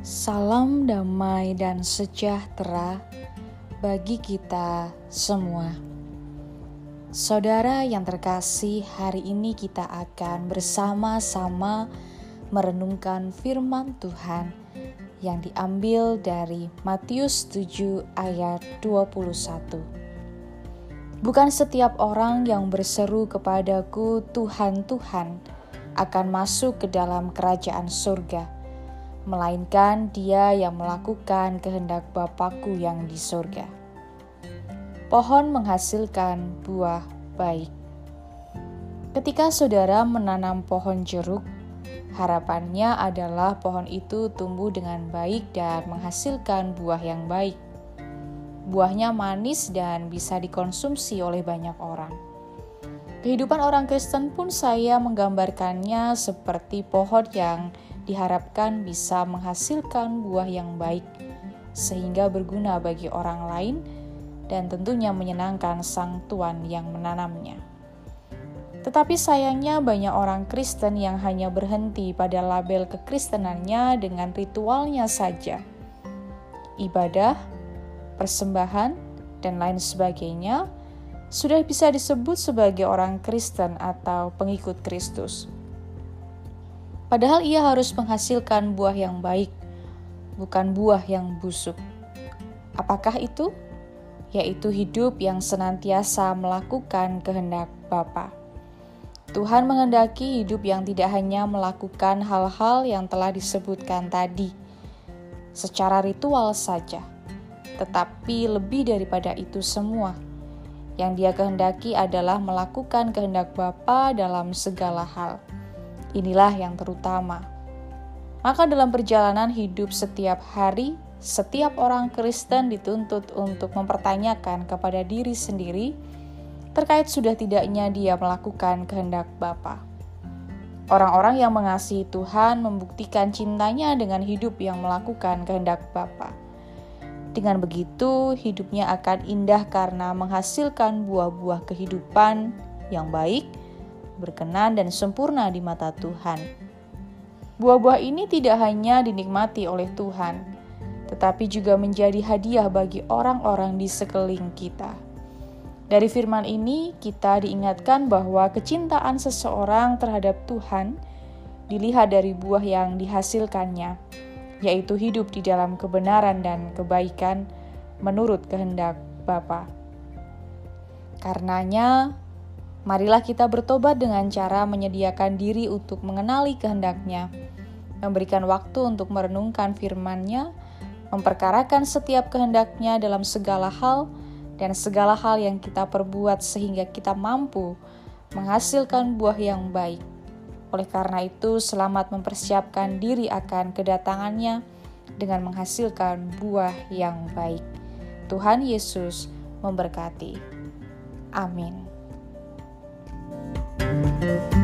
Salam damai dan sejahtera bagi kita semua. Saudara yang terkasih, hari ini kita akan bersama-sama merenungkan firman Tuhan yang diambil dari Matius 7 ayat 21. Bukan setiap orang yang berseru kepadaku, Tuhan, Tuhan, akan masuk ke dalam kerajaan surga, melainkan dia yang melakukan kehendak Bapa-Ku yang di surga. Pohon menghasilkan buah baik. Ketika saudara menanam pohon jeruk, harapannya adalah pohon itu tumbuh dengan baik dan menghasilkan buah yang baik. Buahnya manis dan bisa dikonsumsi oleh banyak orang. Kehidupan orang Kristen pun saya menggambarkannya seperti pohon yang diharapkan bisa menghasilkan buah yang baik, sehingga berguna bagi orang lain dan tentunya menyenangkan Sang Tuan yang menanamnya. Tetapi sayangnya banyak orang Kristen yang hanya berhenti pada label kekristenannya dengan ritualnya saja. Ibadah, persembahan, dan lain sebagainya sudah bisa disebut sebagai orang Kristen atau pengikut Kristus. Padahal ia harus menghasilkan buah yang baik, bukan buah yang busuk. Apakah itu? Yaitu hidup yang senantiasa melakukan kehendak Bapa. Tuhan menghendaki hidup yang tidak hanya melakukan hal-hal yang telah disebutkan tadi, secara ritual saja, tetapi lebih daripada itu semua. Yang dia kehendaki adalah melakukan kehendak Bapa dalam segala hal. Inilah yang terutama. Maka dalam perjalanan hidup setiap hari, setiap orang Kristen dituntut untuk mempertanyakan kepada diri sendiri terkait sudah tidaknya dia melakukan kehendak Bapa. Orang-orang yang mengasihi Tuhan membuktikan cintanya dengan hidup yang melakukan kehendak Bapa. Dengan begitu, hidupnya akan indah karena menghasilkan buah-buah kehidupan yang baik, berkenan dan sempurna di mata Tuhan. Buah-buah ini tidak hanya dinikmati oleh Tuhan, tetapi juga menjadi hadiah bagi orang-orang di sekeliling kita. Dari firman ini, kita diingatkan bahwa kecintaan seseorang terhadap Tuhan dilihat dari buah yang dihasilkannya, yaitu hidup di dalam kebenaran dan kebaikan menurut kehendak Bapa. Karenanya, marilah kita bertobat dengan cara menyediakan diri untuk mengenali kehendak-Nya, memberikan waktu untuk merenungkan firman-Nya, memperkarakan setiap kehendak-Nya dalam segala hal dan segala hal yang kita perbuat sehingga kita mampu menghasilkan buah yang baik. Oleh karena itu, selamat mempersiapkan diri akan kedatangan-Nya dengan menghasilkan buah yang baik. Tuhan Yesus memberkati. Amin.